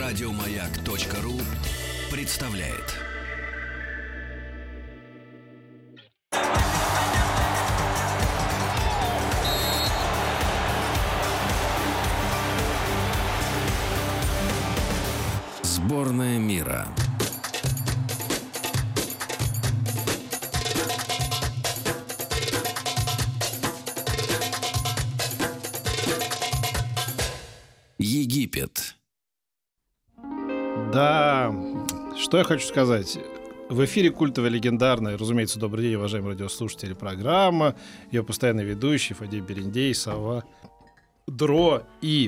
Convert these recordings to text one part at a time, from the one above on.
Радиомаяк.ру представляет. Сборная мира. Египет. Да, что я хочу сказать. В эфире культовая, легендарная, разумеется, добрый день, уважаемые радиослушатели, программа. Ее постоянный ведущий Фадей Берендей, Сова, Дро и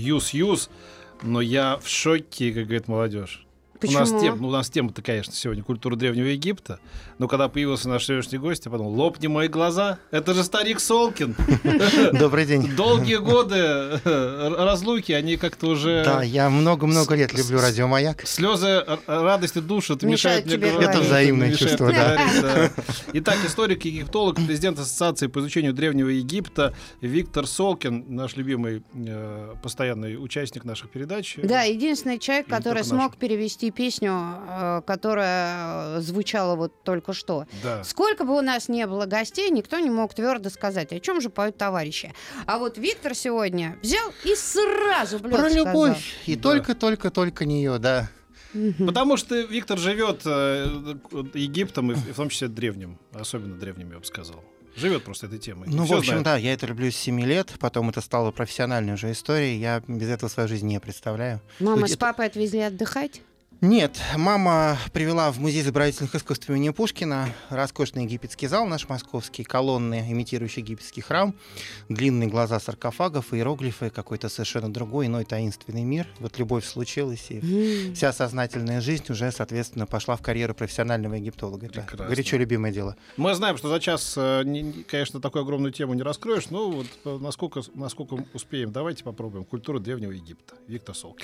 Юс. Но я в шоке, как говорит молодежь. Почему? У нас тема-то, конечно, сегодня культура Древнего Египта. Но когда появился наш сегодняшний гость, я подумал, лопни мои глаза. Это же старик Солкин. Добрый день. Долгие годы разлуки, они как-то уже... Да, я много-много лет люблю Радио Маяк. Слезы радости души мешают мне говорить. Это взаимное чувство, да. Итак, историк, египтолог, президент Ассоциации по изучению Древнего Египта Виктор Солкин, наш любимый постоянный участник наших передач. Да, единственный человек, который смог перевести песню, которая звучала вот только что. Да. Сколько бы у нас не было гостей, никто не мог твердо сказать, о чем же поют товарищи. А вот Виктор сегодня взял и сразу в лёд Про сказал. любовь. И Да. только нее, да. Потому что Виктор живет Египтом, и в том числе древним, особенно древним, я бы сказал. Живет просто этой темой. Ну, Всё в общем, знает. да, я это люблю с 7 лет, потом это стало профессиональной уже историей, я без этого свою жизнь не представляю. Мама с Это- папой отвезли отдыхать? Нет, мама привела в Музей изобразительных искусств имени Пушкина роскошный египетский зал наш московский, колонны, имитирующие египетский храм, длинные глаза саркофагов, иероглифы, какой-то совершенно другой, иной таинственный мир. Вот любовь случилась, и вся сознательная жизнь уже, соответственно, пошла в карьеру профессионального египтолога. Это Прекрасно. горячо любимое дело. Мы знаем, что за час, конечно, такую огромную тему не раскроешь, но вот насколько успеем, давайте попробуем. Культура Древнего Египта. Виктор Солкин.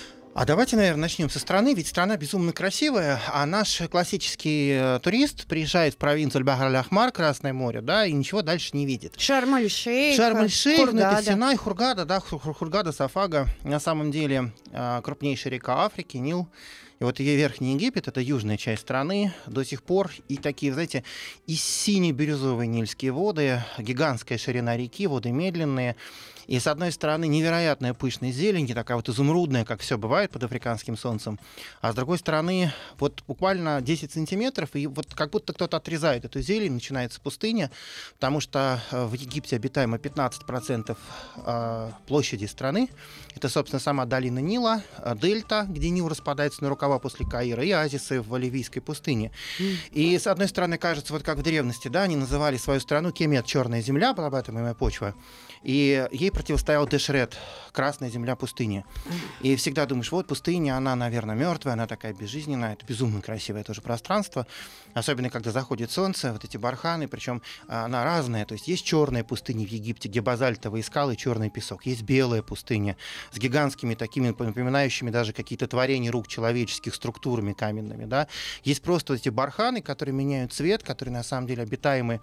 А давайте, наверное, начнем со страны, ведь страна безумно красивая, а наш классический турист приезжает в провинцию Аль-Бахр-аль-Ахмар, Красное море, да, и ничего дальше не видит. Шарм-эль-Шейх, Шарм-эль-Шейх, ну, это Хургада. Синай, Хургада, да, Хургада, Сафага, на самом деле крупнейшая река Африки, Нил. И вот ее Верхний Египет, это южная часть страны, до сих пор и такие, знаете, и сине-бирюзовые нильские воды, гигантская ширина реки, воды медленные. И с одной стороны невероятная пышная зелень, такая вот изумрудная, как все бывает под африканским солнцем, а с другой стороны вот буквально 10 сантиметров, и вот как будто кто-то отрезает эту зелень, начинается пустыня, потому что в Египте обитаемо 15% площади страны. Это, собственно, сама долина Нила, дельта, где Нил распадается на рукава после Каира, и оазисы в Ливийской пустыне. И, с одной стороны, кажется, вот как в древности, да, они называли свою страну Кемет, черная земля, обрабатываемая почва, и ей противостоял Дешрет, красная земля пустыни. И всегда думаешь, вот пустыня, она, наверное, мертвая, она такая безжизненная, это безумно красивое тоже пространство, особенно когда заходит солнце, вот эти барханы, причем она разная, то есть есть черная пустыня в Египте, где базальтовые скалы, черный песок, есть белая пустыня с гигантскими такими, напоминающими даже какие-то творения рук человеческих структурами каменными, да, есть просто эти барханы, которые меняют цвет, которые на самом деле обитаемы.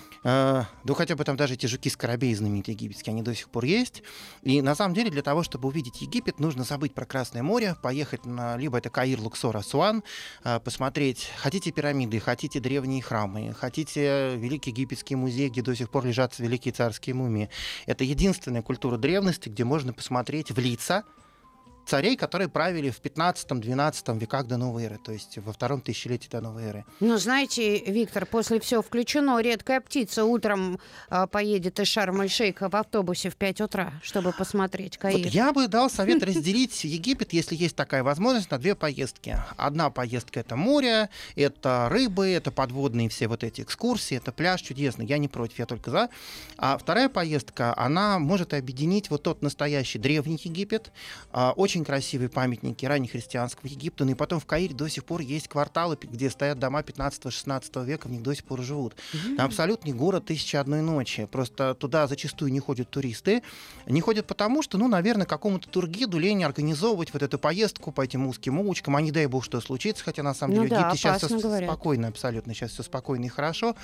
Да хотя бы там даже эти жуки-скоробеи знаменитые египетские, они до сих пор есть. И на самом деле для того, чтобы увидеть Египет, нужно забыть про Красное море, поехать на либо это Каир, Луксор, Асуан, посмотреть, хотите пирамиды, хотите древние храмы, хотите Великий египетский музей, где до сих пор лежат великие царские мумии. Это единственная культура древности, где можно посмотреть в лица царей, которые правили в 15-12 веках до новой эры, то есть во втором тысячелетии до новой эры. Ну, знаете, Виктор, после «Все включено» редкая птица утром поедет из Шарм-эль-Шейха в автобусе в 5 утра, чтобы посмотреть Каир. Вот я бы дал совет разделить Египет, если есть такая возможность, на 2 поездки. Одна поездка — это море, это рыбы, это подводные все вот эти экскурсии, это пляж чудесный, я не против, я только за. А вторая поездка, она может объединить вот тот настоящий древний Египет, очень красивые памятники раннехристианского Египта, ну и потом в Каире до сих пор есть кварталы, где стоят дома 15-16 века, в них до сих пор живут. Там абсолютный город «Тысяча одной ночи». Просто туда зачастую не ходят туристы. Не ходят потому, что, ну, наверное, какому-то тургиду лень организовывать вот эту поездку по этим узким улочкам, а не дай бог, что случится, хотя на самом деле в Египте сейчас все спокойно, абсолютно, сейчас все спокойно и хорошо.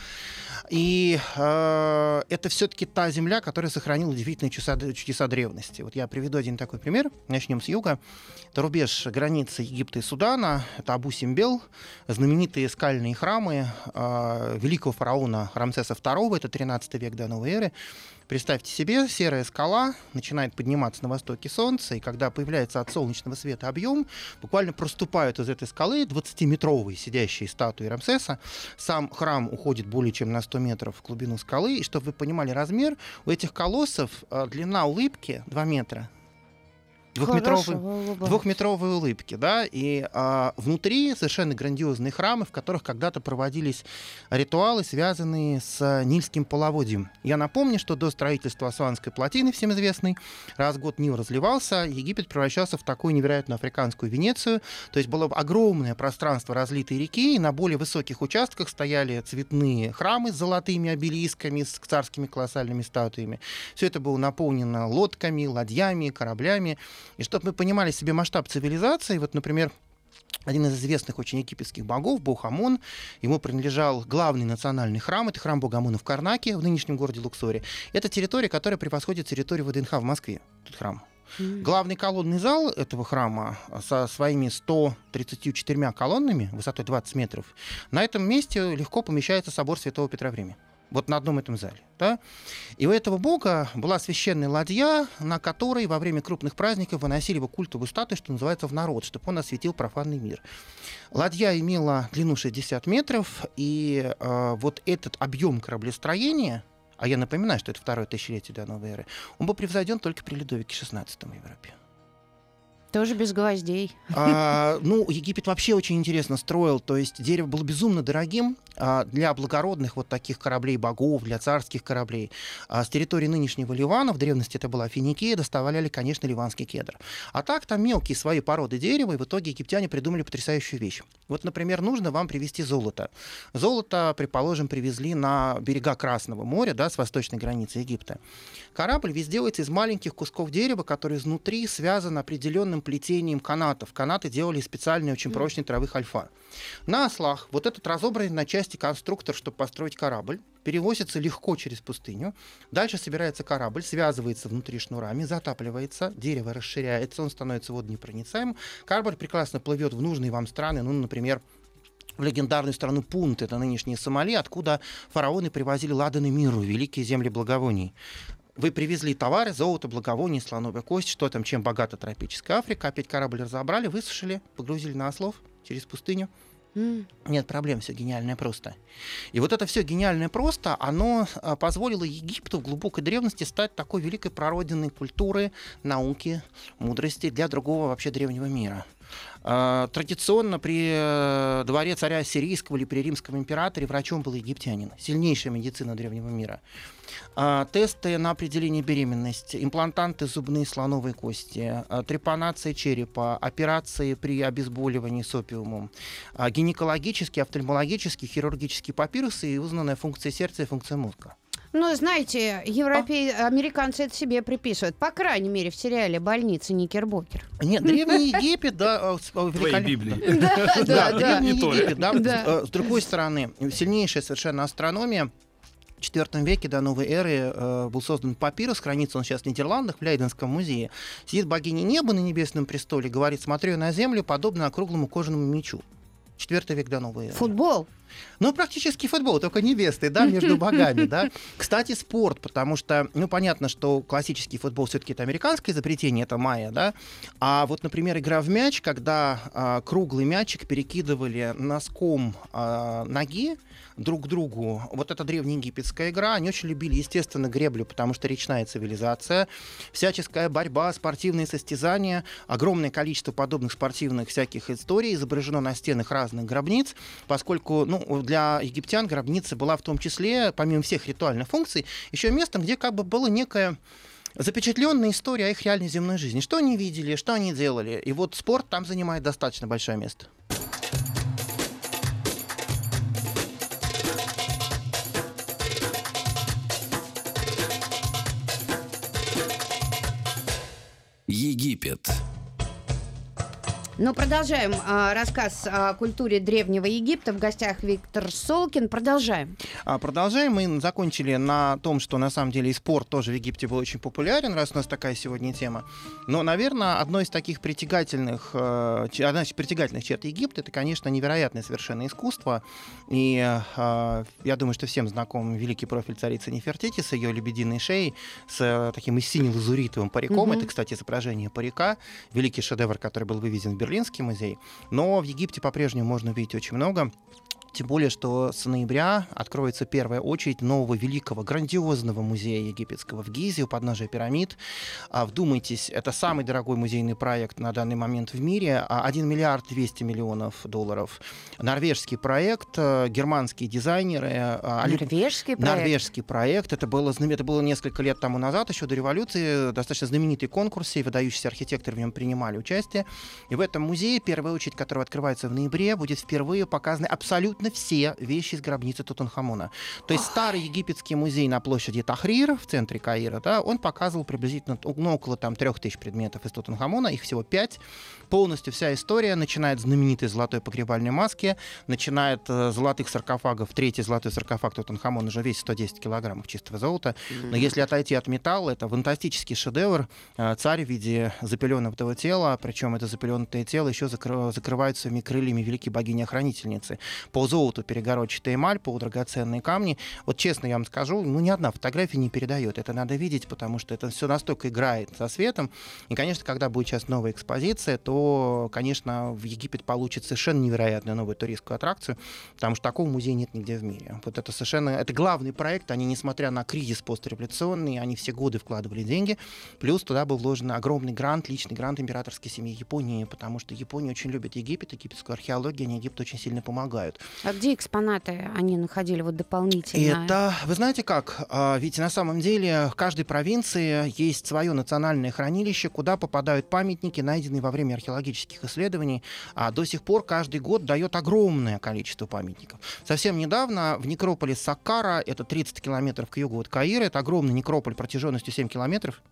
И это все-таки та земля, которая сохранила удивительные чудеса древности. Вот я приведу один такой пример. Начнем с юга. юга. Это рубеж границы Египта и Судана. Это Абу-Симбел, знаменитые скальные храмы великого фараона Рамсеса II, это 13 век до новой эры. Представьте себе, серая скала начинает подниматься на востоке солнца, и когда появляется от солнечного света объем, буквально проступают из этой скалы 20-метровые сидящие статуи Рамсеса. Сам храм уходит более чем на 100 метров в глубину скалы, и чтобы вы понимали размер, у этих колоссов длина улыбки 2 метра. Двухметровые улыбки, да, и внутри совершенно грандиозные храмы, в которых когда-то проводились ритуалы, связанные с Нильским половодьем. Я напомню, что до строительства Асуанской плотины, всем известной, раз в год Нил разливался, Египет превращался в такую невероятную африканскую Венецию, то есть было огромное пространство разлитой реки, и на более высоких участках стояли цветные храмы с золотыми обелисками, с царскими колоссальными статуями. Все это было наполнено лодками, ладьями, кораблями. И чтобы мы понимали себе масштаб цивилизации, вот, например, один из известных очень египетских богов, бог Амон, ему принадлежал главный национальный храм, это храм бога Амона в Карнаке, в нынешнем городе Луксоре. Это территория, которая превосходит территорию ВДНХ в Москве, этот храм. Главный колонный зал этого храма со своими 134 колоннами, высотой 20 метров, на этом месте легко помещается собор Святого Петра в Риме. Вот на одном этом зале. Да? И у этого бога была священная ладья, на которой во время крупных праздников выносили его культовую статую, что называется, в народ, чтобы он осветил профанный мир. Ладья имела длину 60 метров, и вот этот объем кораблестроения, а я напоминаю, что это второе тысячелетие до новой эры, он был превзойден только при Людовике XVI в Европе. Тоже без гвоздей. Египет вообще очень интересно строил, то есть дерево было безумно дорогим для благородных вот таких кораблей богов, для царских кораблей. С территории нынешнего Ливана, в древности это была Финикия, доставляли, конечно, ливанский кедр. А так там мелкие свои породы дерева, и в итоге египтяне придумали потрясающую вещь. Вот, например, нужно вам привезти золото. Золото, предположим, привезли на берега Красного моря, да, с восточной границы Египта. Корабль весь делается из маленьких кусков дерева, которые изнутри связаны определенным плетением канатов. Канаты делали из специальной очень прочной травы хальфа. На ослах вот этот разобранный на части конструктор, чтобы построить корабль, перевозится легко через пустыню. Дальше собирается корабль, связывается внутри шнурами, затапливается, дерево расширяется, он становится водонепроницаемым. Корабль прекрасно плывет в нужные вам страны, например, в легендарную страну Пунт, это нынешние Сомали, откуда фараоны привозили ладан и мирру, великие земли благовоний. Вы привезли товары, золото, благовония, слоновая кость, что там, чем богата тропическая Африка. Опять корабль разобрали, высушили, погрузили на ослов через пустыню. Нет проблем, все гениальное просто. И вот это все гениальное просто, оно позволило Египту в глубокой древности стать такой великой прародиной культуры, науки, мудрости для другого вообще древнего мира. Традиционно при дворе царя Ассирийского или при римском императоре врачом был египтянин. Сильнейшая медицина древнего мира. Тесты на определение беременности, имплантанты зубные, слоновой кости, трепанация черепа, операции при обезболивании с опиумом, гинекологические, офтальмологические, хирургические папирусы и узнанная функция сердца и функция мозга. Знаете, американцы это себе приписывают. По крайней мере, в сериале «Больница Никербокер». Нет, Древний Египет, да, Твоей Библии. Да, Древний Египет, да. С другой стороны, сильнейшая совершенно астрономия. В IV веке до новой эры был создан папирус, хранится он сейчас в Нидерландах, в Лейденском музее. Сидит богиня неба на небесном престоле, говорит: смотрю на землю, подобно округлому кожаному мечу. IV век до новой эры. Футбол. Практически футбол, только небесный, да, между богами, да. Кстати, спорт, потому что, понятно, что классический футбол все-таки это американское изобретение, это майя, да. А вот, например, игра в мяч, когда круглый мячик перекидывали носком ноги друг к другу, вот эта древнеегипетская игра, они очень любили, естественно, греблю, потому что речная цивилизация, всяческая борьба, спортивные состязания, огромное количество подобных спортивных всяких историй изображено на стенах разных гробниц, поскольку, для египтян гробница была в том числе, помимо всех ритуальных функций, еще местом, где как бы была некая запечатленная история о их реальной земной жизни. Что они видели, что они делали. И вот спорт там занимает достаточно большое место. Египет. Ну, продолжаем рассказ о культуре Древнего Египта. В гостях Виктор Солкин. Продолжаем. Продолжаем. Мы закончили на том, что на самом деле и спорт тоже в Египте был очень популярен, раз у нас такая сегодня тема. Но, наверное, одна из притягательных черт Египта — это, конечно, невероятное совершенно искусство. И я думаю, что всем знаком великий профиль царицы Нефертити с ее лебединой шеей, с таким и сине-лазуритовым париком. Это, кстати, изображение парика. Великий шедевр, который был вывезен в Берлинский музей. Но в Египте по-прежнему можно увидеть очень много. Тем более, что с ноября откроется первая очередь нового великого, грандиозного музея египетского в Гизе, у подножия пирамид. Вдумайтесь, это самый дорогой музейный проект на данный момент в мире. 1 миллиард 200 миллионов долларов. Норвежский проект, германские дизайнеры. Норвежский проект. Это было несколько лет тому назад, еще до революции. Достаточно знаменитый конкурс, и выдающиеся архитекторы в нем принимали участие. И в этом музее, первая очередь, которая открывается в ноябре, будет впервые показаны абсолютно все вещи из гробницы Тутанхамона. То есть старый египетский музей на площади Тахрир в центре Каира, да, он показывал приблизительно около 3000 предметов из Тутанхамона, их всего 5. Полностью вся история, начиная от знаменитой золотой погребальной маски, начиная от золотых саркофагов. Третий золотой саркофаг Тутанхамона уже весит 110 килограммов чистого золота. Но если отойти от металла, это фантастический шедевр. Царь в виде запеленного тела, причем это запеленное тело еще закрывают своими крыльями великой богини-охранительницы. По золоту перегородчатая эмаль, полудрагоценные камни. Вот честно я вам скажу, ни одна фотография не передает. Это надо видеть, потому что это все настолько играет со светом. И, конечно, когда будет сейчас новая экспозиция, то, конечно, в Египет получит совершенно невероятную новую туристскую аттракцию, потому что такого музея нет нигде в мире. Вот это главный проект. Они, несмотря на кризис постреволюционный, они все годы вкладывали деньги. Плюс туда был вложен огромный грант, личный грант императорской семьи Японии, потому что Япония очень любит Египет, египетскую археологию, они Египту очень сильно помогают. А где экспонаты они находили вот дополнительно? Это, вы знаете как, ведь на самом деле в каждой провинции есть свое национальное хранилище, куда попадают памятники, найденные во время археологических исследований. А до сих пор каждый год дает огромное количество памятников. Совсем недавно в некрополе Саккара, это 30 километров к югу от Каира, это огромный некрополь протяженностью 7 километров,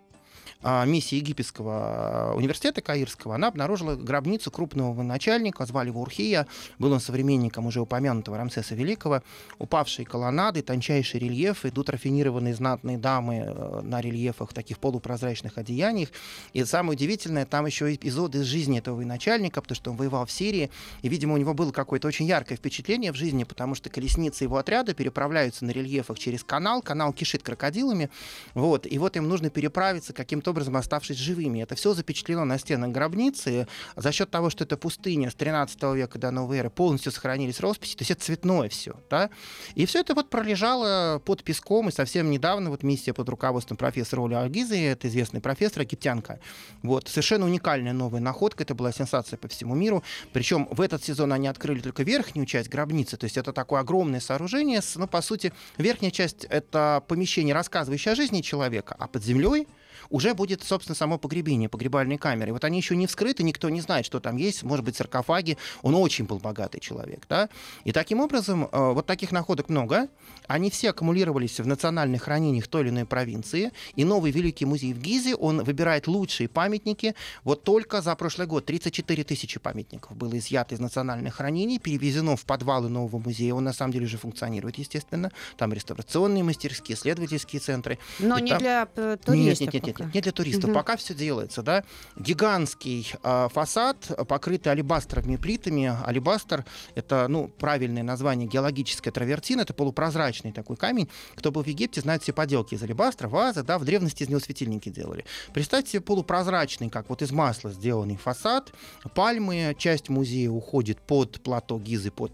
миссия египетского университета Каирского, она обнаружила гробницу крупного военачальника, звали его Урхия, был он современником уже упомянутого Рамсеса Великого, упавшие колоннады, тончайший рельеф, идут рафинированные знатные дамы на рельефах в таких полупрозрачных одеяниях, и самое удивительное, там еще эпизоды из жизни этого военачальника, потому что он воевал в Сирии, и, видимо, у него было какое-то очень яркое впечатление в жизни, потому что колесницы его отряда переправляются на рельефах через канал кишит крокодилами, вот, и вот им нужно переправиться каким-то образом, оставшись живыми. Это все запечатлено на стенах гробницы. За счет того, что это пустыня с 13 века до новой эры, полностью сохранились росписи, то есть это цветное все. Да? И все это вот пролежало под песком, и совсем недавно вот миссия под руководством профессора Оли Агизы, это известный профессор, египтянка, вот, совершенно уникальная новая находка, это была сенсация по всему миру. Причем в этот сезон они открыли только верхнюю часть гробницы, то есть это такое огромное сооружение, но по сути верхняя часть — это помещение, рассказывающее о жизни человека, а под землей уже будет, собственно, само погребение, погребальные камеры. Вот они еще не вскрыты, никто не знает, что там есть, может быть, саркофаги. Он очень был богатый человек, да? И таким образом, вот таких находок много. Они все аккумулировались в национальных хранениях той или иной провинции. И новый Великий музей в Гизе, он выбирает лучшие памятники. Вот только за прошлый год 34 тысячи памятников было изъято из национальных хранений, перевезено в подвалы нового музея. Он, на самом деле, уже функционирует, естественно. Там реставрационные мастерские, исследовательские центры. Но и не там... для туристов. Нет, не для туристов. Пока все делается, да. Гигантский фасад, покрытый алебастровыми плитами. Алебастр — это, правильное название, геологическая травертина, это полупрозрачный такой камень. Кто был в Египте, знает все поделки из алебастра, вазы, да, в древности из него светильники делали. Представьте себе полупрозрачный, как вот из масла сделанный фасад, пальмы, часть музея уходит под плато Гизы, под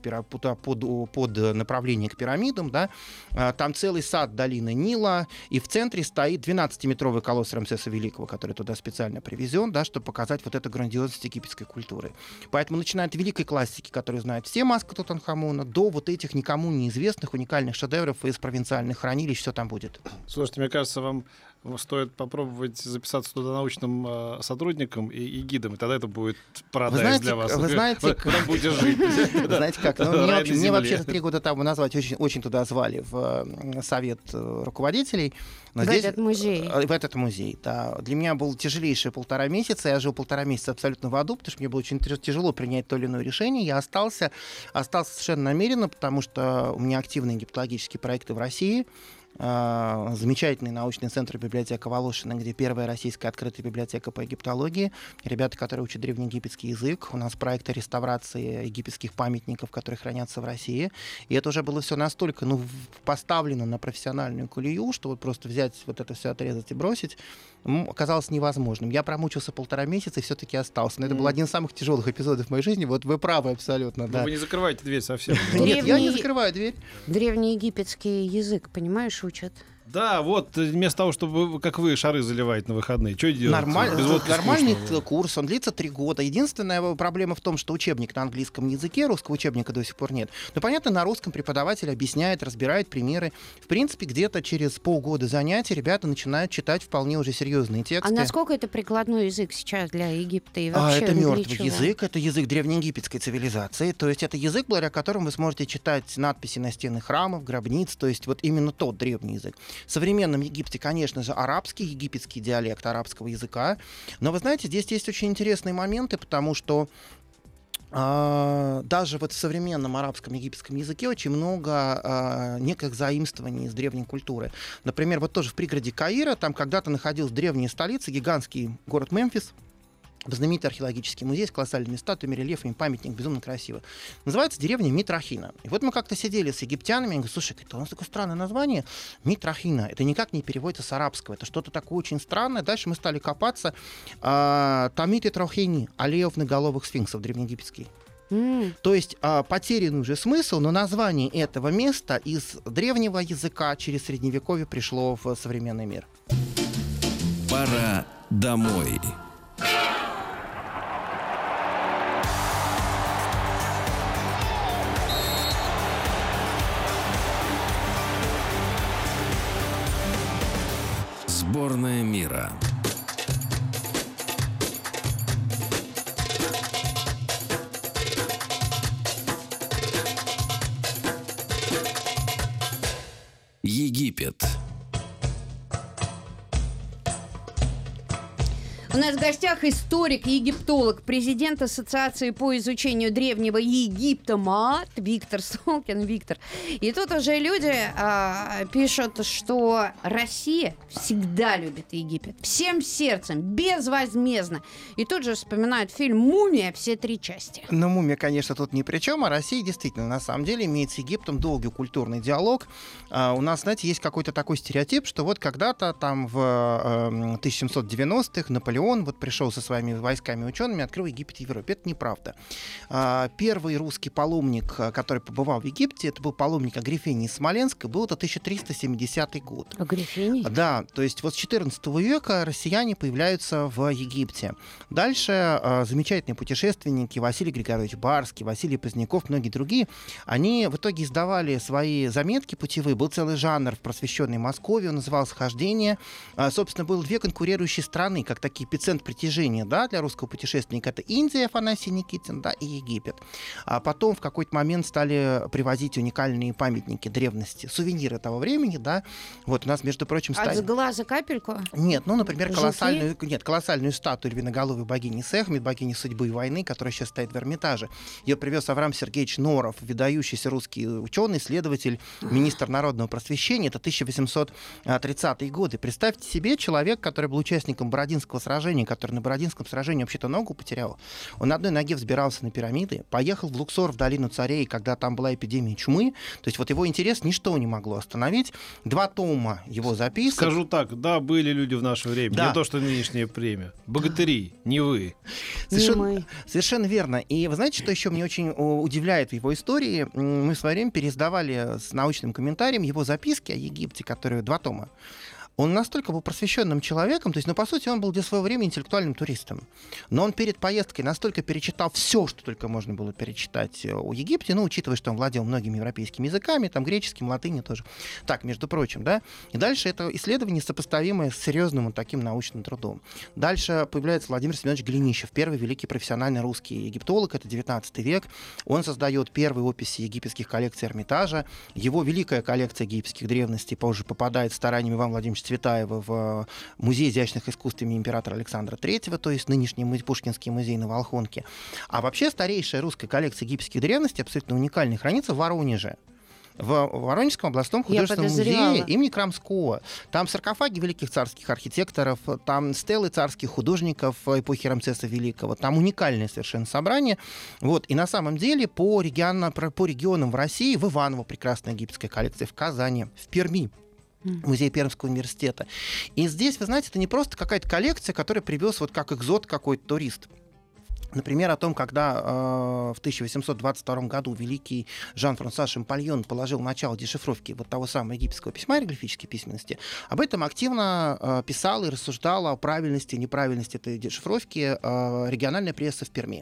направление к пирамидам, да. Там целый сад долины Нила, и в центре стоит 12-метровый колосс Рамсеса Великого, который туда специально привезен, да, чтобы показать вот эту грандиозность египетской культуры. Поэтому начиная от великой классики, которую знают все маски Тутанхамона, до вот этих никому неизвестных уникальных шедевров из провинциальных хранилищ, все там будет. Слушайте, мне кажется, вам стоит попробовать записаться туда научным сотрудником и гидом, и тогда это будет парадайз знаете, для вас. вы знаете, Вы там будете жить. Знаете как? Рай на Мне вообще земле. 3 года тому назвать очень туда звали в совет руководителей. Но В этот музей. В этот музей, да. Для меня было тяжелейшие 1,5 месяца. Я жил 1,5 месяца абсолютно в аду, потому что мне было очень тяжело принять то или иное решение. Я остался совершенно намеренно, потому что у меня активные египтологические проекты в России. Замечательный научный центр библиотека Волошина, где первая российская открытая библиотека по египтологии. Ребята, которые учат древнеегипетский язык. У нас проекты реставрации египетских памятников, которые хранятся в России. И это уже было все настолько поставлено на профессиональную колею, что вот просто взять вот это все, отрезать и бросить, оказалось невозможным. Я промучился 1,5 месяца и все-таки остался. Но это был один из самых тяжелых эпизодов в моей жизни. Вот вы правы абсолютно. Да. Вы не закрываете дверь совсем. Нет, я не закрываю дверь. Древнеегипетский язык, понимаешь, учат. Да, вот вместо того, чтобы, как вы, шары заливать на выходные, что делать? Без водки Нормальный скучно. курс, он длится 3 года. Единственная проблема в том, что учебник на английском языке, русского учебника до сих пор нет. Но, понятно, на русском преподаватель объясняет, разбирает примеры. В принципе, где-то через полгода занятий ребята начинают читать вполне уже серьезные тексты. А насколько это прикладной язык сейчас для Египта и вообще Это для мертвый чего? язык, это язык древнеегипетской цивилизации. То есть это язык, благодаря которому вы сможете читать надписи на стенах храмов, гробниц. То есть вот именно тот древний язык. В современном Египте, конечно же, арабский, египетский диалект арабского языка. Но вы знаете, здесь есть очень интересные моменты, потому что даже вот в современном арабском египетском языке очень много неких заимствований из древней культуры. Например, вот тоже в пригороде Каира, там когда-то находилась древняя столица, гигантский город Мемфис, знаменитый археологический музей с колоссальными статуями, рельефами, памятник, безумно красиво. Называется деревня Митрахина. И вот мы как-то сидели с египтянами, и говорю, слушай, это у нас такое странное название, Митрахина. Это никак не переводится с арабского, это что-то такое очень странное. Дальше мы стали копаться. Тамит и Трохини, аллея многоголовых сфинксов, древнеегипетский. То есть потерянный уже смысл, но название этого места из древнего языка через средневековье пришло в современный мир. Пора домой. Сборная мира. Египет. У нас в гостях историк, египтолог, президент Ассоциации по изучению древнего Египта МААТ Виктор Солкин. Виктор. И тут уже люди пишут, что Россия всегда любит Египет. Всем сердцем, безвозмездно. И тут же вспоминают фильм «Мумия», все 3 части. Но «Мумия», конечно, тут ни при чем, а Россия действительно, на самом деле, имеет с Египтом долгий культурный диалог. У нас, знаете, есть какой-то такой стереотип, что вот когда-то там в 1790-х Наполеон вот пришел со своими войсками и учеными, открыл Египет в Европе. Это неправда. Первый русский паломник, который побывал в Египте, это был паломник Агрифений из Смоленска, был это 1370 год. Агрифений? Да, то есть вот с 14 века россияне появляются в Египте. Дальше замечательные путешественники Василий Григорьевич Барский, Василий Поздняков, многие другие, они в итоге издавали свои заметки путевые. Был целый жанр в просвещенной Москве, он назывался «Хождение». Собственно, было 2 конкурирующие страны, как такие эпицентр притяжения, да, для русского путешественника. Это Индия, Афанасий Никитин, да, и Египет. А потом в какой-то момент стали привозить уникальные памятники древности, сувениры того времени, да. Вот у нас, между прочим, От глаза капельку? Нет, ну, например, Жуки? колоссальную статую львиноголовой богини Сехмет, богини судьбы и войны, которая сейчас стоит в Эрмитаже. Ее привез Авраам Сергеевич Норов, выдающийся русский ученый, исследователь, министр народного просвещения. Это 1830-е годы. Представьте себе, человек, который был участником Бородинского сражения, который на Бородинском сражении вообще-то ногу потерял. Он на одной ноге взбирался на пирамиды, поехал в Луксор, в долину царей, когда там была эпидемия чумы. То есть вот его интерес ничто не могло остановить. 2 тома его записок. Скажу так, да, были люди в наше время. Да. Не то, что нынешнее время. Богатыри, не вы. Совершенно верно. И вы знаете, что еще мне очень удивляет в его истории? Мы в свое время переиздавали с научным комментарием его записки о Египте, которые 2 тома. Он настолько был просвещенным человеком, то есть, по сути, он был для своего времени интеллектуальным туристом. Но он перед поездкой настолько перечитал все, что только можно было перечитать о Египте, учитывая, что он владел многими европейскими языками, там греческим, латынью тоже. Так, между прочим, да. И дальше это исследование, сопоставимое с серьезным таким научным трудом. Дальше появляется Владимир Семенович Голенищев, первый великий профессиональный русский египтолог, это 19 век. Он создает первые описи египетских коллекций Эрмитажа. Его великая коллекция египетских древностей позже попадает стараниями Ивана Владимировича Цветаева в Музей изящных искусств имени императора Александра III, то есть нынешний Пушкинский музей на Волхонке. А вообще старейшая русская коллекция египетских древностей, абсолютно уникальная, хранится в Воронеже. В Воронежском областном художественном музее имени Крамского. Там саркофаги великих царских архитекторов, там стелы царских художников эпохи Рамсеса Великого. Там уникальное совершенно собрание. И на самом деле по регионам в России, в Иваново прекрасная египетская коллекция, в Казани, в Перми. Музей Пермского университета. И здесь, вы знаете, это не просто какая-то коллекция, которую привез как экзот какой-то турист. Например, о том, когда в 1822 году великий Жан-Франсуа Шампольон положил начало дешифровки того самого египетского письма, иероглифической письменности, об этом активно писал и рассуждал о правильности и неправильности этой дешифровки региональная пресса в Перми.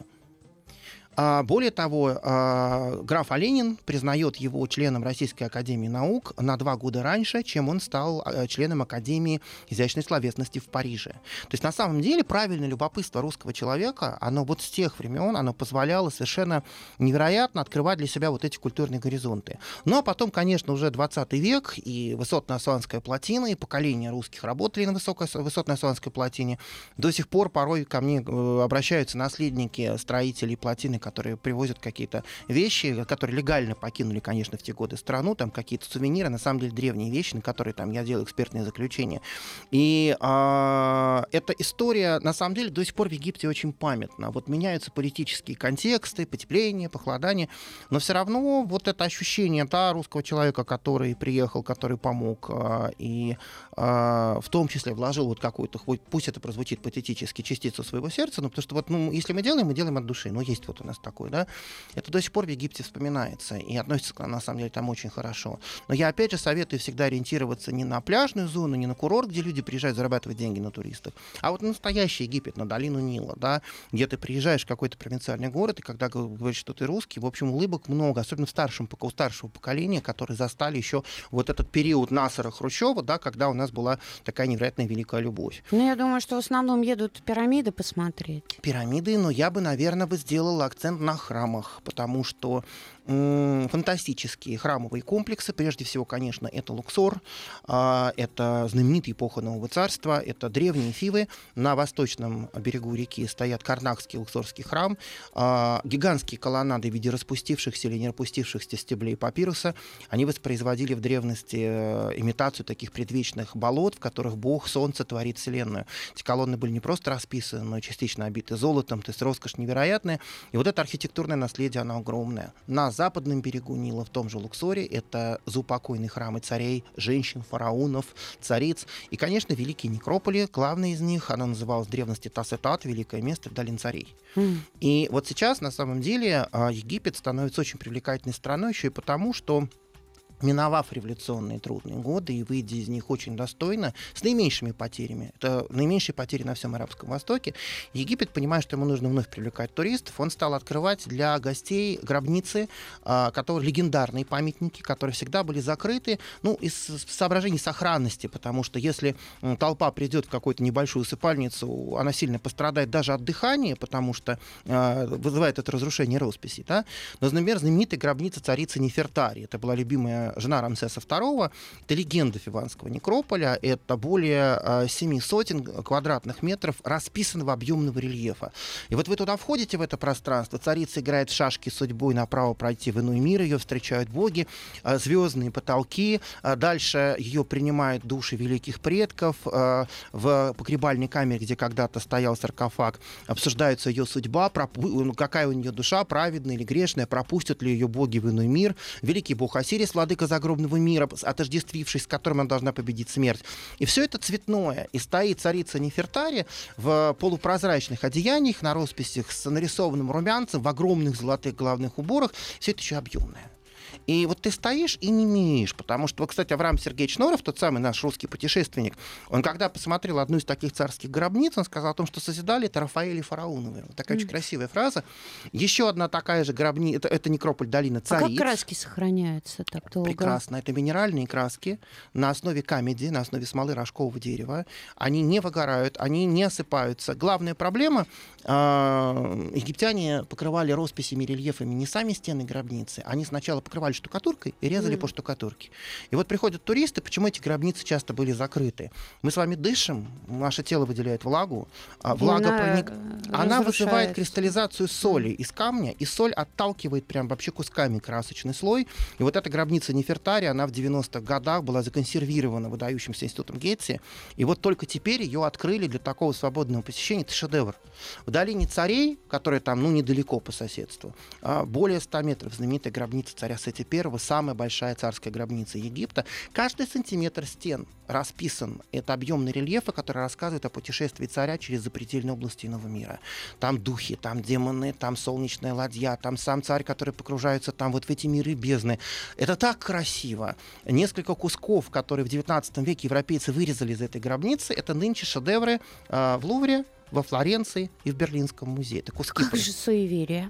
Более того, граф Оленин признает его членом Российской академии наук на 2 года раньше, чем он стал членом Академии изящной словесности в Париже. То есть, на самом деле, правильное любопытство русского человека, оно с тех времен, оно позволяло совершенно невероятно открывать для себя эти культурные горизонты. Ну, а потом, конечно, уже 20 век, и Высотно-Асуанская плотина, и поколения русских работали на Высотно-Асуанской плотине. До сих пор порой ко мне обращаются наследники строителей плотины, которые привозят какие-то вещи, которые легально покинули, конечно, в те годы страну, там какие-то сувениры, на самом деле древние вещи, на которые я делаю экспертные заключения. И эта история, на самом деле, до сих пор в Египте очень памятна. Меняются политические контексты, потепление, похолодание, но все равно это ощущение русского человека, который приехал, который помог, и в том числе вложил какую-то, пусть это прозвучит патетически, частицу своего сердца, потому что если мы делаем от души, есть у нас такой, да, это до сих пор в Египте вспоминается и относится к нам, на самом деле, там очень хорошо. Но я, опять же, советую всегда ориентироваться не на пляжную зону, не на курорт, где люди приезжают зарабатывать деньги на туристов, а на настоящий Египет, на долину Нила, да, где ты приезжаешь в какой-то провинциальный город, и когда говоришь, что ты русский, в общем, улыбок много, особенно у старшего поколения, которые застали еще этот период Насара Хрущева, да, когда у нас была такая невероятная великая любовь. Я думаю, что в основном едут пирамиды посмотреть. Пирамиды, но я бы, наверное, сделала акцент на храмах, потому что фантастические храмовые комплексы, прежде всего, конечно, это Луксор, это знаменитая эпоха Нового Царства, это древние Фивы, на восточном берегу реки стоят Карнакский Луксорский храм, гигантские колоннады в виде распустившихся или не распустившихся стеблей папируса, они воспроизводили в древности имитацию таких предвечных болот, в которых Бог, Солнце творит Вселенную. Эти колонны были не просто расписаны, но и частично обиты золотом, то есть роскошь невероятная, и это архитектурное наследие, оно огромное. На западном берегу Нила, в том же Луксоре, это заупокойные храмы царей, женщин, фараонов, цариц. И, конечно, великие некрополи. Главный из них, оно называлось в древности Тасетат, великое место в долине царей. И сейчас, на самом деле, Египет становится очень привлекательной страной еще и потому, что миновав революционные трудные годы и выйдя из них очень достойно, с наименьшими потерями, это наименьшие потери на всем Арабском Востоке, Египет, понимая, что ему нужно вновь привлекать туристов, он стал открывать для гостей гробницы, которые легендарные памятники, которые всегда были закрыты, из соображений сохранности, потому что если толпа придет в какую-то небольшую усыпальницу, она сильно пострадает даже от дыхания, потому что вызывает это разрушение росписей. Да? Но, например, знаменитая гробница царицы Нефертари, это была любимая жена Рамсеса II, это легенда Фиванского некрополя, это более 700 квадратных метров расписанного объемного рельефа. И вы туда входите, в это пространство, царица играет в шашки с судьбой направо пройти в иной мир, ее встречают боги, звездные потолки, дальше ее принимают души великих предков, в погребальной камере, где когда-то стоял саркофаг, обсуждается ее судьба, какая у нее душа, праведная или грешная, пропустят ли ее боги в иной мир, великий бог Осирис, владыка загробного мира, отождествившись, с которым она должна победить смерть. И все это цветное. И стоит царица Нефертари в полупрозрачных одеяниях, на росписях с нарисованным румянцем, в огромных золотых головных уборах. Все это еще объемное. И вот ты стоишь и не имеешь, потому что, вот, кстати, Авраам Сергеевич Норов, тот самый наш русский путешественник, он когда посмотрел одну из таких царских гробниц, он сказал о том, что созидали это Рафаэль и Фараоновы. Вот такая очень красивая фраза. Еще одна такая же гробница, это некрополь долины Цариц. А как краски сохраняются так долго? Прекрасно. Это минеральные краски на основе камеди, на основе смолы рожкового дерева. Они не выгорают, они не осыпаются. Главная проблема египтяне покрывали росписями, рельефами не сами стены гробницы, они сначала покрывали штукатуркой и резали по штукатурке. И вот приходят туристы, почему эти гробницы часто были закрыты? Мы с вами дышим, наше тело выделяет влагу, она вызывает кристаллизацию соли из камня, и соль отталкивает прям вообще кусками красочный слой. И вот эта гробница Нефертари, она в 90-х годах была законсервирована выдающимся институтом Гетти, и вот только теперь ее открыли для такого свободного посещения. Это шедевр. В долине Царей, которая там, недалеко по соседству, более 100 метров, знаменитая гробница царя Сети I, самая большая царская гробница Египта. Каждый сантиметр стен расписан. Это объемные рельефы, которые рассказывают о путешествии царя через запредельные области иного мира. Там духи, там демоны, там солнечная ладья, там сам царь, который погружается там вот в эти миры бездны. Это так красиво. Несколько кусков, которые в 19 веке европейцы вырезали из этой гробницы, это нынче шедевры в Лувре, во Флоренции и в Берлинском музее. Это куски. Как же суеверие?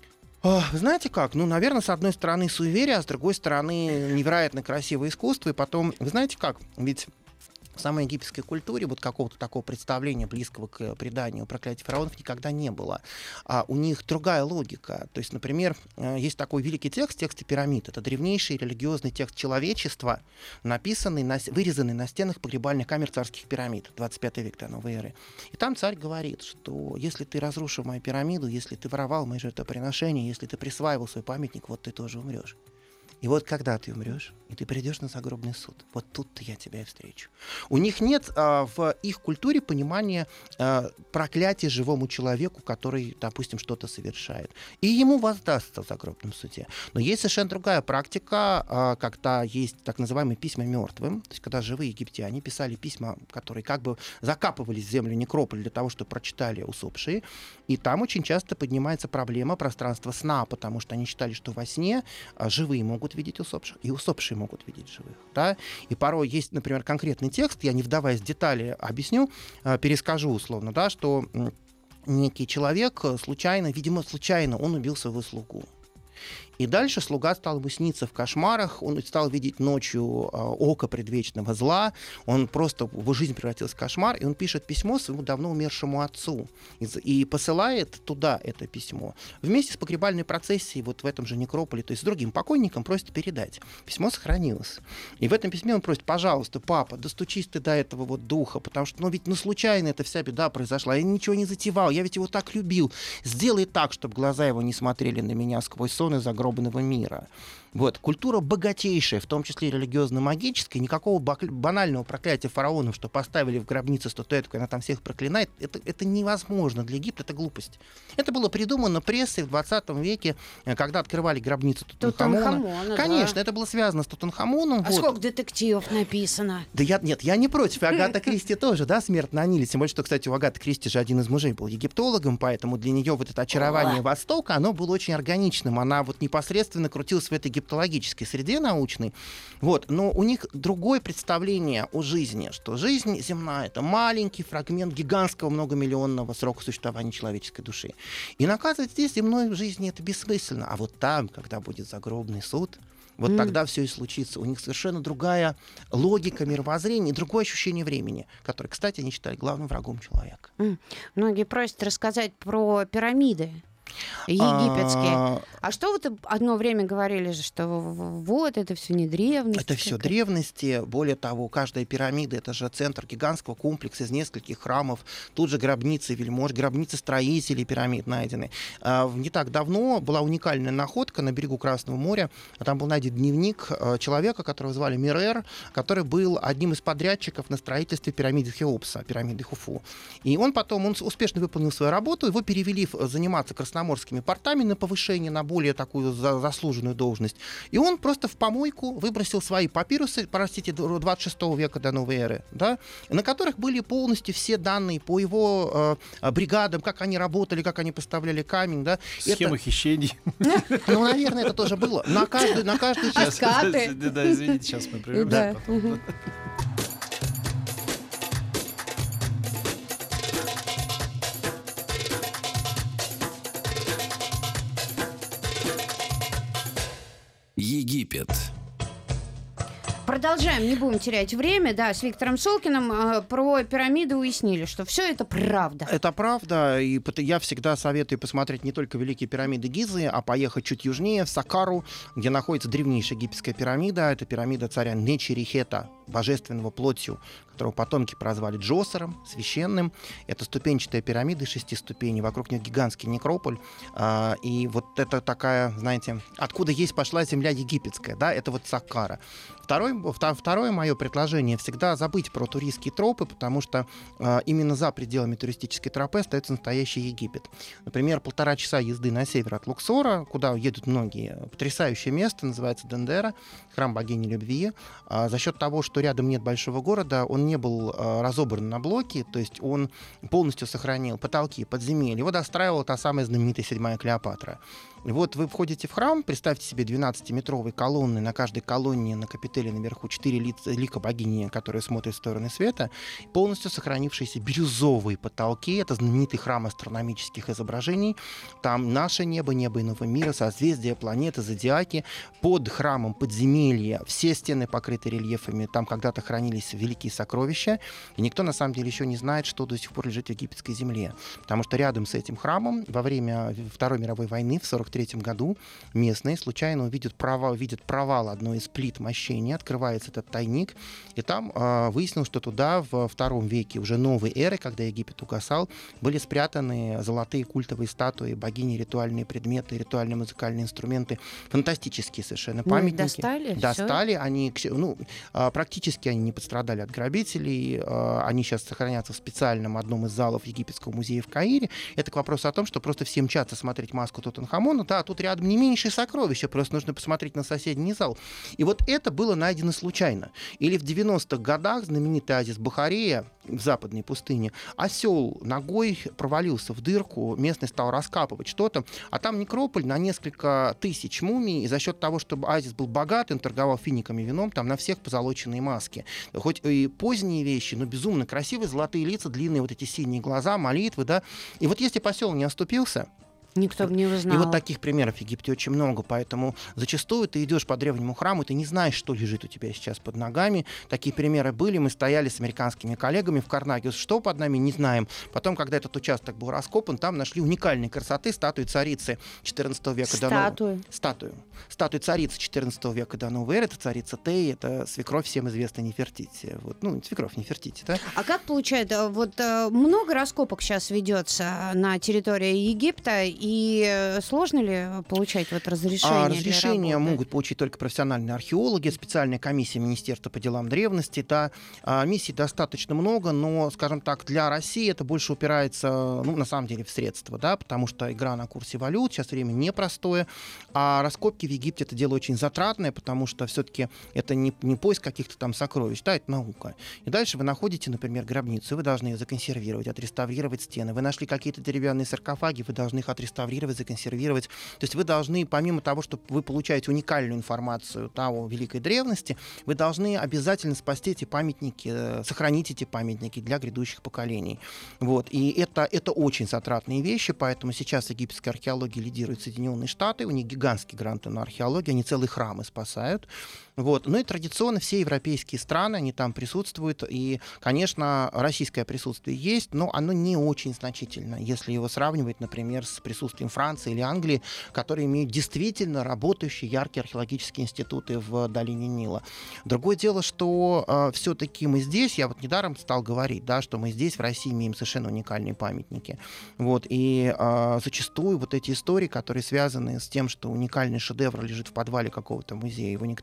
Вы знаете как? Наверное, с одной стороны суеверие, а с другой стороны невероятно красивое искусство. И потом, вы знаете как? Ведь в самой египетской культуре вот какого-то такого представления, близкого к преданию проклятия фараонов, никогда не было. У них другая логика. То есть, например, есть такой великий текст, тексты пирамид. Это древнейший религиозный текст человечества, написанный, вырезанный на стенах погребальных камер царских пирамид, 25 век до новой эры. И там царь говорит, что если ты разрушил мою пирамиду, если ты воровал мои жертвоприношения, если ты присваивал свой памятник, вот ты тоже умрешь. И вот когда ты умрешь, и ты придешь на загробный суд, вот тут-то я тебя и встречу. У них нет в их культуре понимания проклятия живому человеку, который, допустим, что-то совершает. И ему воздастся в загробном суде. Но есть совершенно другая практика, когда есть так называемые письма мертвым, то есть когда живые египтяне писали письма, которые как бы закапывались в землю некрополь для того, чтобы прочитали усопшие. И там очень часто поднимается проблема пространства сна, потому что они считали, что во сне живые могут видеть усопших, и усопшие могут видеть живых. Да? И порой есть, например, конкретный текст, я не вдаваясь в детали объясню, перескажу условно, да, что некий человек случайно, видимо, случайно, он убил своего слугу. И дальше слуга стал ему сниться в кошмарах, он стал видеть ночью око предвечного зла, он просто, его жизнь превратилась в кошмар, и он пишет письмо своему давно умершему отцу и посылает туда это письмо. Вместе с погребальной процессией вот в этом же некрополе, то есть с другим покойником, просит передать. Письмо сохранилось. И в этом письме он просит: пожалуйста, папа, достучись ты до этого вот духа, потому что, ведь случайно эта вся беда произошла, я ничего не затевал, я ведь его так любил. Сделай так, чтобы глаза его не смотрели на меня сквозь сон из загробного мира. Вот. Культура богатейшая, в том числе религиозно-магическая, никакого банального проклятия фараонов, что поставили в гробнице статуэтку, она там всех проклинает, это невозможно. Для Египта это глупость. Это было придумано прессой в 20 веке, когда открывали гробницу Тутанхамона. Конечно, это было связано с Тутанхамоном. А сколько детективов написано? Да я не против. Агата Кристи тоже, да, «Смерть на Ниле». Тем более, что, кстати, у Агаты Кристи же один из мужей был египтологом, поэтому для нее вот это очарование Востока, оно было очень органичным. Она вот непосредственно крутилась в этой египтологической среде научной. Вот. Но у них другое представление о жизни, что жизнь земная — это маленький фрагмент гигантского многомиллионного срока существования человеческой души. И наказывать здесь земной жизни это бессмысленно. А вот там, когда будет загробный суд, вот тогда все и случится. У них совершенно другая логика мировоззрения и другое ощущение времени, которое, кстати, они считали главным врагом человека. Многие просят рассказать про пирамиды египетские. А что вот одно время говорили же, что вот это все не древность? Это все древности. Более того, каждая пирамида — это же центр гигантского комплекса из нескольких храмов. Тут же гробницы вельмож, гробницы строителей пирамид найдены. Не так давно была уникальная находка на берегу Красного моря. Там был найден дневник человека, которого звали Мирер, который был одним из подрядчиков на строительстве пирамиды Хеопса, пирамиды Хуфу. И он успешно выполнил свою работу, его перевели заниматься Красноярским египетскими портами на повышение, на более такую заслуженную должность. И он просто в помойку выбросил свои папирусы, 26 века до новой эры, да, на которых были полностью все данные по его бригадам, как они работали, как они поставляли камень. Да. Схемы хищений. Ну, наверное, это тоже было. На каждую часть. Да, извините, сейчас мы приведем. Да. Египет. Продолжаем, не будем терять время. Да, с Виктором Солкиным про пирамиды уяснили, что все это правда. Это правда, и я всегда советую посмотреть не только Великие пирамиды Гизы, а поехать чуть южнее, в Саккару, где находится древнейшая египетская пирамида. Это пирамида царя Нечерихета, божественного плотью, которого потомки прозвали Джосером, священным. Это ступенчатая пирамида 6 ступеней, вокруг нее гигантский некрополь. И вот это такая, знаете, откуда пошла земля египетская, да, это вот Саккара. Второе мое предложение — всегда забыть про туристские тропы, потому что именно за пределами туристической тропы остается настоящий Египет. Например, 1,5 часа езды на север от Луксора, куда едут многие. Потрясающее место, называется Дендера, храм богини любви. За счет того, что рядом нет большого города, он не был разобран на блоки, то есть он полностью сохранил потолки, подземелья. Его достраивала та самая знаменитая 7-я Клеопатра. И вот вы входите в храм, представьте себе 12-метровые колонны, на каждой колонне на капителе наверху 4 лика богини, которые смотрят в стороны света, полностью сохранившиеся бирюзовые потолки. Это знаменитый храм астрономических изображений. Там наше небо, небо иного мира, созвездия, планеты, зодиаки. Под храмом подземелья все стены покрыты рельефами. Там когда-то хранились великие сокровища. И никто на самом деле еще не знает, что до сих пор лежит в египетской земле. Потому что рядом с этим храмом во время Второй мировой войны в 1943 году местные случайно видят провал одной из плит мощения, открывается этот тайник, и там выяснилось, что туда в II веке уже новой эры, когда Египет угасал, были спрятаны золотые культовые статуи богини, ритуальные предметы, ритуальные музыкальные инструменты, фантастические совершенно памятники. Достали? Они, практически они не пострадали от грабителей, они сейчас сохранятся в специальном одном из залов Египетского музея в Каире. Это к вопросу о том, что просто все мчатся смотреть маску Тутанхамона. Да, тут рядом не меньшие сокровища, просто нужно посмотреть на соседний зал. И вот это было найдено случайно. Или в 90-х годах знаменитый оазис Бахарея в западной пустыне, осел ногой провалился в дырку, местный стал раскапывать что-то, а там некрополь на несколько тысяч мумий, и за счет того, что оазис был богат, он торговал финиками, вином, там на всех позолоченные маски. Хоть и поздние вещи, но безумно красивые, золотые лица, длинные вот эти синие глаза, молитвы, да. И вот если посел не оступился, никто бы не узнал. И вот таких примеров в Египте очень много, поэтому зачастую ты идешь по древнему храму, ты не знаешь, что лежит у тебя сейчас под ногами. Такие примеры были, мы стояли с американскими коллегами в Карнаге, что под нами, не знаем. Потом, когда этот участок был раскопан, там нашли уникальной красоты статую царицы XIV века до новой эры. Статую царицы XIV века до новой эры, это царица Теи, это свекровь всем известная Нефертити. Вот, свекровь Нефертити, да? А как получается, вот много раскопок сейчас ведется на территории Египта, и сложно ли получать вот разрешение? Разрешения могут получить только профессиональные археологи, специальная комиссия Министерства по делам древности. Да. Миссий достаточно много, но, скажем так, для России это больше упирается, на самом деле, в средства, да, потому что игра на курсе валют, сейчас время непростое, а раскопки в Египте — это дело очень затратное, потому что все-таки это не поиск каких-то там сокровищ, да, это наука. И дальше вы находите, например, гробницу, вы должны ее законсервировать, отреставрировать стены. Вы нашли какие-то деревянные саркофаги, вы должны их отреставрировать, законсервировать. То есть вы должны, помимо того, что вы получаете уникальную информацию о великой древности, вы должны обязательно спасти эти памятники, сохранить эти памятники для грядущих поколений. Вот. И это очень затратные вещи, поэтому сейчас египетская археология лидирует Соединенные Штаты, у них гигантские гранты на археологию, они целые храмы спасают. Вот. Ну и традиционно все европейские страны, они там присутствуют, и, конечно, российское присутствие есть, но оно не очень значительно, если его сравнивать, например, с присутствием Франции или Англии, которые имеют действительно работающие яркие археологические институты в долине Нила. Другое дело, что все-таки мы здесь, я вот недаром стал говорить, да, что мы здесь в России имеем совершенно уникальные памятники. Вот. И зачастую вот эти истории, которые связаны с тем, что уникальный шедевр лежит в подвале какого-то музея, его никто не видит,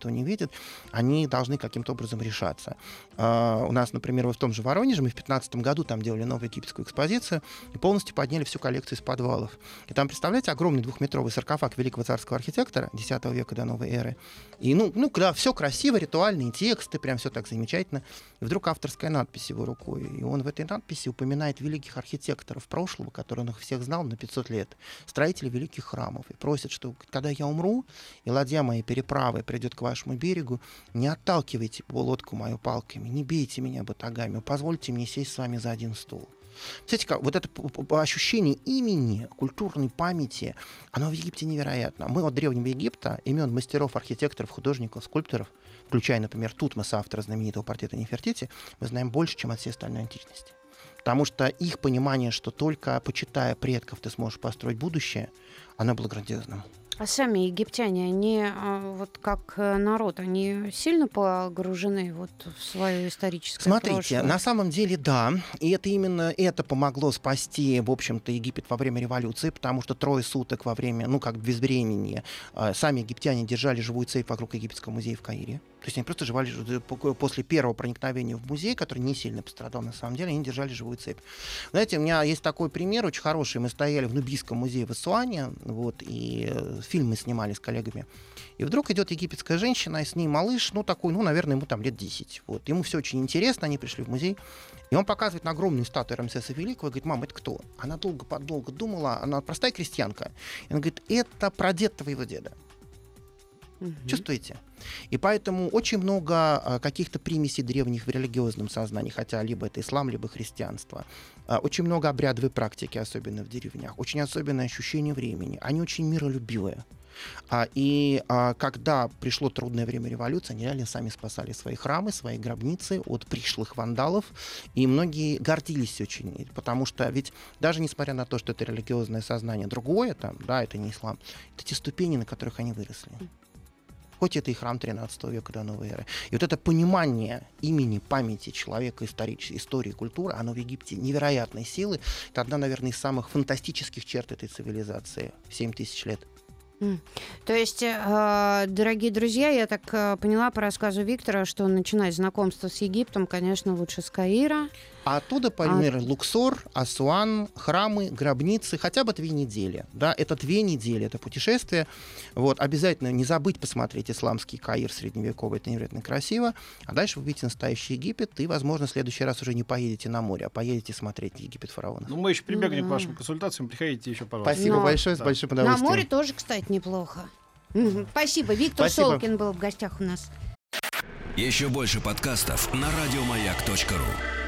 происходит, они должны каким-то образом решаться. У нас, например, в том же Воронеже мы в 2015 году там делали новую египетскую экспозицию и полностью подняли всю коллекцию из подвалов. И там, представляете, огромный 2-метровый саркофаг великого царского архитектора X века до новой эры. И, когда все красиво, ритуальные тексты, прям все так замечательно. И вдруг авторская надпись его рукой. И он в этой надписи упоминает великих архитекторов прошлого, которые он их всех знал на 500 лет, строители великих храмов. И просит, что когда я умру, и ладья моей переправы придет к вашему берегу, не отталкивайте лодку мою палками, не бейте меня батагами, позвольте мне сесть с вами за один стол. Знаете, вот это ощущение имени, культурной памяти, оно в Египте невероятно. Мы от Древнего Египта, имен мастеров, архитекторов, художников, скульпторов, включая, например, Тутмоса, автора знаменитого портрета Нефертити, мы знаем больше, чем от всей остальной античности. Потому что их понимание, что только почитая предков ты сможешь построить будущее, оно было грандиозным. А сами египтяне, они вот как народ, они сильно погружены вот в свое историческое Смотрите, прошлое? на самом деле, да. И это именно это помогло спасти, в общем-то, Египет во время революции, потому что 3 суток во время, как безвременье, сами египтяне держали живую цепь вокруг Египетского музея в Каире. То есть они просто жевали после первого проникновения в музей, который не сильно пострадал, на самом деле, они держали живую цепь. Знаете, у меня есть такой пример очень хороший. Мы стояли в Нубийском музее в Ассуане, и фильм мы снимали с коллегами. И вдруг идет египетская женщина, и с ней малыш, такой, наверное, ему там лет 10. Вот. Ему все очень интересно, они пришли в музей. И он показывает на огромную статую Рамсеса Великого и говорит: мам, это кто? Она долго думала, она простая крестьянка. И она говорит: это прадед твоего деда. Чувствуете? И поэтому очень много каких-то примесей древних в религиозном сознании, хотя либо это ислам, либо христианство. Очень много обрядовой практики, особенно в деревнях. Очень особенное ощущение времени. Они очень миролюбивые. И когда пришло трудное время революции, они реально сами спасали свои храмы, свои гробницы от пришлых вандалов. И многие гордились очень. Потому что ведь даже несмотря на то, что это религиозное сознание другое, это не ислам, это те ступени, на которых они выросли. Хоть это и храм 13 века до новой эры. И вот это понимание имени, памяти человека, истории, культуры, оно в Египте невероятной силы. Это одна, наверное, из самых фантастических черт этой цивилизации. 7000 лет. То есть, дорогие друзья, я так поняла по рассказу Виктора, что начинать знакомство с Египтом, конечно, лучше с Каира. А оттуда, например, Луксор, Асуан, храмы, гробницы, хотя бы 2 недели. Да? Это 2 недели, это путешествие. Вот. Обязательно не забыть посмотреть исламский Каир средневековый, это невероятно красиво. А дальше вы увидите настоящий Египет, и, возможно, в следующий раз уже не поедете на море, а поедете смотреть Египет фараонов. Мы еще прибегнем к вашим консультациям, приходите еще, пожалуйста. Спасибо большое, с большим удовольствием. На море тоже, кстати, неплохо. Спасибо. Виктор Солкин был в гостях у нас. Еще больше подкастов на радиомаяк.ру.